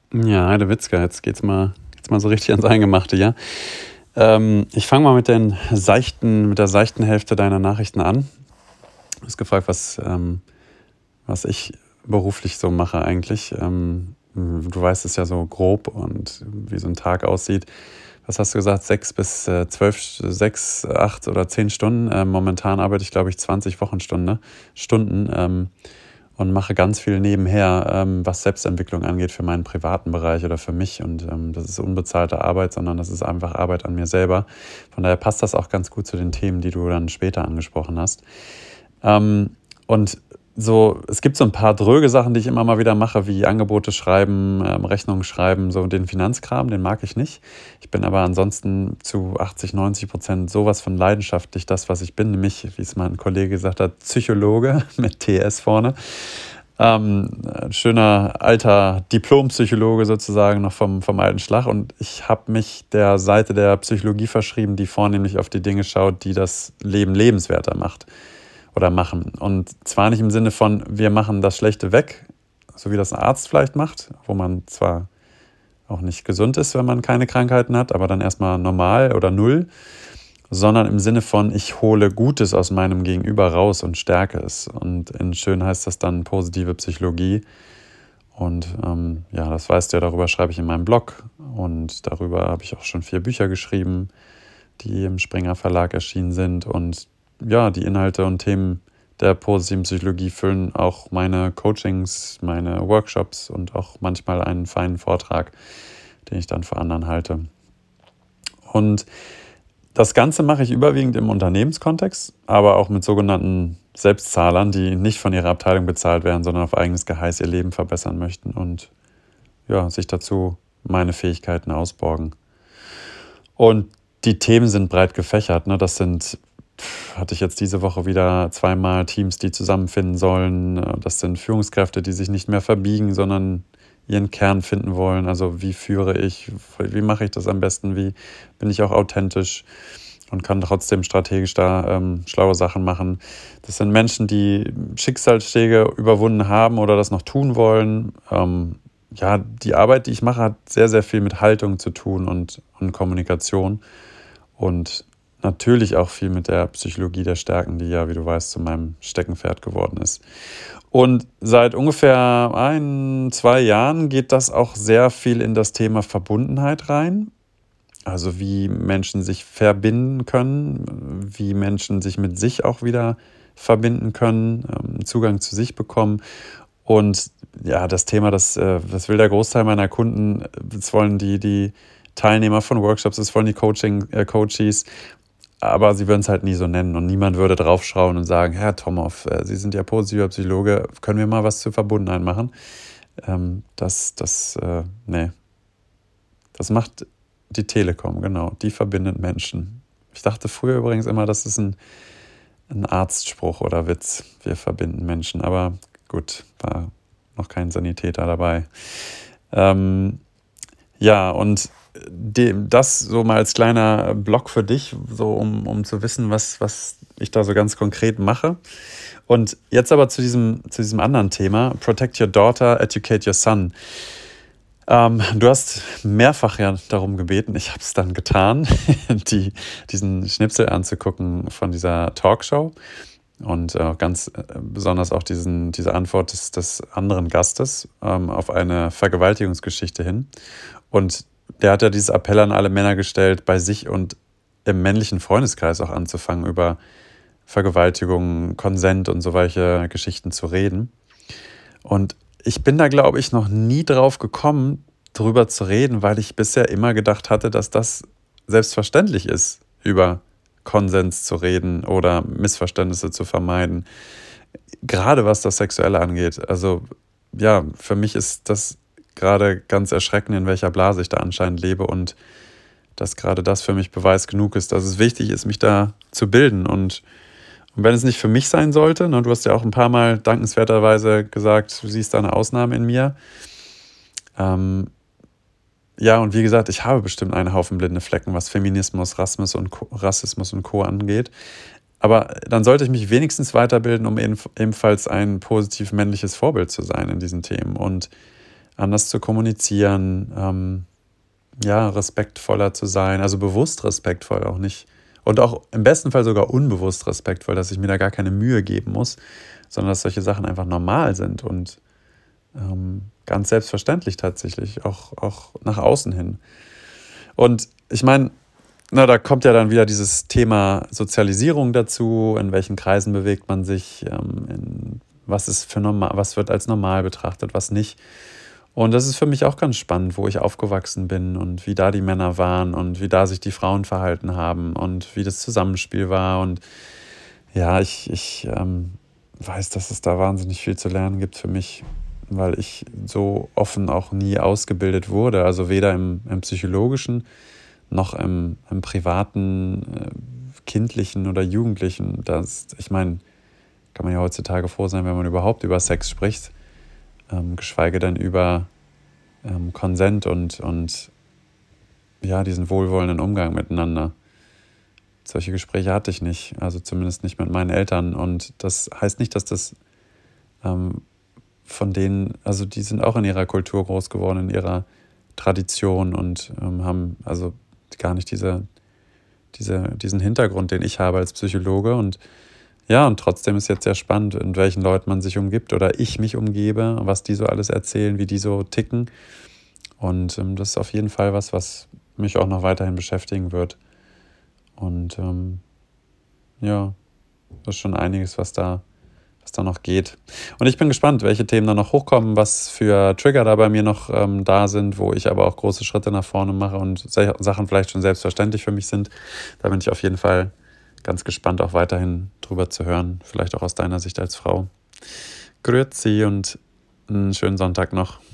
Ja, Heidewitzka, jetzt mal so richtig ans Eingemachte, ja. Ich fange mal mit der seichten Hälfte deiner Nachrichten an. Du hast gefragt, was ich beruflich so mache eigentlich. Du weißt es ja so grob und wie so ein Tag aussieht. Was hast du gesagt? 6 bis 12, 6, 8 oder 10 Stunden. Momentan arbeite ich, glaube ich, 20 Stunden. Und mache ganz viel nebenher, was Selbstentwicklung angeht für meinen privaten Bereich oder für mich. Und das ist unbezahlte Arbeit, sondern das ist einfach Arbeit an mir selber. Von daher passt das auch ganz gut zu den Themen, die du dann später angesprochen hast. Und so, es gibt so ein paar dröge Sachen, die ich immer mal wieder mache, wie Angebote schreiben, Rechnungen schreiben, so den Finanzkram, den mag ich nicht. Ich bin aber ansonsten zu 80, 90% sowas von leidenschaftlich das, was ich bin, nämlich, wie es mein Kollege gesagt hat, Psychologe mit TS vorne. Schöner alter Diplompsychologe sozusagen noch vom alten Schlag. Und ich habe mich der Seite der Psychologie verschrieben, die vornehmlich auf die Dinge schaut, die das Leben lebenswerter macht oder machen. Und zwar nicht im Sinne von, wir machen das Schlechte weg, so wie das ein Arzt vielleicht macht, wo man zwar auch nicht gesund ist, wenn man keine Krankheiten hat, aber dann erstmal normal oder null, sondern im Sinne von, ich hole Gutes aus meinem Gegenüber raus und stärke es. Und in schön heißt das dann positive Psychologie. Und ja, das weißt du ja, darüber schreibe ich in meinem Blog. Und darüber habe ich auch schon 4 Bücher geschrieben, die im Springer Verlag erschienen sind. Und ja, die Inhalte und Themen der positiven Psychologie füllen auch meine Coachings, meine Workshops und auch manchmal einen feinen Vortrag, den ich dann vor anderen halte. Und das Ganze mache ich überwiegend im Unternehmenskontext, aber auch mit sogenannten Selbstzahlern, die nicht von ihrer Abteilung bezahlt werden, sondern auf eigenes Geheiß ihr Leben verbessern möchten und ja, sich dazu meine Fähigkeiten ausborgen. Und die Themen sind breit gefächert. Ne? Hatte ich jetzt diese Woche wieder 2-mal Teams, die zusammenfinden sollen. Das sind Führungskräfte, die sich nicht mehr verbiegen, sondern ihren Kern finden wollen. Also wie führe ich, wie mache ich das am besten, wie bin ich auch authentisch und kann trotzdem strategisch da schlaue Sachen machen. Das sind Menschen, die Schicksalsschläge überwunden haben oder das noch tun wollen. Ja, die Arbeit, die ich mache, hat sehr, sehr viel mit Haltung zu tun und Kommunikation und natürlich auch viel mit der Psychologie der Stärken, die ja, wie du weißt, zu meinem Steckenpferd geworden ist. Und seit ungefähr 1, 2 Jahren geht das auch sehr viel in das Thema Verbundenheit rein. Also wie Menschen sich verbinden können, wie Menschen sich mit sich auch wieder verbinden können, Zugang zu sich bekommen. Und ja, das Thema, das will der Großteil meiner Kunden, das wollen die Teilnehmer von Workshops, das wollen die Coaches, aber sie würden es halt nie so nennen und niemand würde draufschauen und sagen, Herr Tomhoff, Sie sind ja positiver Psychologe, können wir mal was zur Verbundenheit machen? Nee, das macht die Telekom, genau, die verbindet Menschen. Ich dachte früher übrigens immer, das ist ein Arztspruch oder Witz, wir verbinden Menschen, aber gut, war noch kein Sanitäter dabei. Ja, und das so mal als kleiner Block für dich, so um zu wissen, was ich da so ganz konkret mache. Und jetzt aber zu diesem anderen Thema, Protect Your Daughter, Educate Your Son. Du hast mehrfach ja darum gebeten, ich habe es dann getan, diesen Schnipsel anzugucken von dieser Talkshow und ganz besonders auch diese Antwort des anderen Gastes auf eine Vergewaltigungsgeschichte hin. Und der hat ja dieses Appell an alle Männer gestellt, bei sich und im männlichen Freundeskreis auch anzufangen, über Vergewaltigung, Konsent und so welche Geschichten zu reden. Und ich bin da, glaube ich, noch nie drauf gekommen, drüber zu reden, weil ich bisher immer gedacht hatte, dass das selbstverständlich ist, über Konsens zu reden oder Missverständnisse zu vermeiden. Gerade was das Sexuelle angeht. Also ja, für mich ist das gerade ganz erschreckend, in welcher Blase ich da anscheinend lebe und dass gerade das für mich Beweis genug ist, dass es wichtig ist, mich da zu bilden. Und wenn es nicht für mich sein sollte, ne, du hast ja auch ein paar Mal dankenswerterweise gesagt, du siehst da eine Ausnahme in mir. Ja, und wie gesagt, ich habe bestimmt einen Haufen blinde Flecken, was Feminismus, Rassismus und Co. angeht. Aber dann sollte ich mich wenigstens weiterbilden, um ebenfalls ein positiv männliches Vorbild zu sein in diesen Themen. Und anders zu kommunizieren, ja, respektvoller zu sein, also bewusst respektvoll auch nicht. Und auch im besten Fall sogar unbewusst respektvoll, dass ich mir da gar keine Mühe geben muss, sondern dass solche Sachen einfach normal sind und ganz selbstverständlich tatsächlich, auch nach außen hin. Und ich meine, na, da kommt ja dann wieder dieses Thema Sozialisierung dazu, in welchen Kreisen bewegt man sich, was ist für normal, was wird als normal betrachtet, was nicht. Und das ist für mich auch ganz spannend, wo ich aufgewachsen bin und wie da die Männer waren und wie da sich die Frauen verhalten haben und wie das Zusammenspiel war. Und ja, ich weiß, dass es da wahnsinnig viel zu lernen gibt für mich, weil ich so offen auch nie ausgebildet wurde. Also weder im psychologischen noch im privaten, kindlichen oder jugendlichen. Ich meine, kann man ja heutzutage froh sein, wenn man überhaupt über Sex spricht, geschweige denn über Konsent und ja, diesen wohlwollenden Umgang miteinander. Solche Gespräche hatte ich nicht, also zumindest nicht mit meinen Eltern. Und das heißt nicht, dass das ähm, von denen, also die sind auch in ihrer Kultur groß geworden, in ihrer Tradition und haben also gar nicht diesen Hintergrund, den ich habe als Psychologe. Und ja, und trotzdem ist jetzt sehr spannend, in welchen Leuten man sich umgibt oder ich mich umgebe, was die so alles erzählen, wie die so ticken. Und das ist auf jeden Fall was mich auch noch weiterhin beschäftigen wird. Und ja, das ist schon einiges, was da noch geht. Und ich bin gespannt, welche Themen da noch hochkommen, was für Trigger da bei mir noch da sind, wo ich aber auch große Schritte nach vorne mache und Sachen vielleicht schon selbstverständlich für mich sind. Da bin ich auf jeden Fall ganz gespannt, auch weiterhin drüber zu hören, vielleicht auch aus deiner Sicht als Frau. Grüezi und einen schönen Sonntag noch.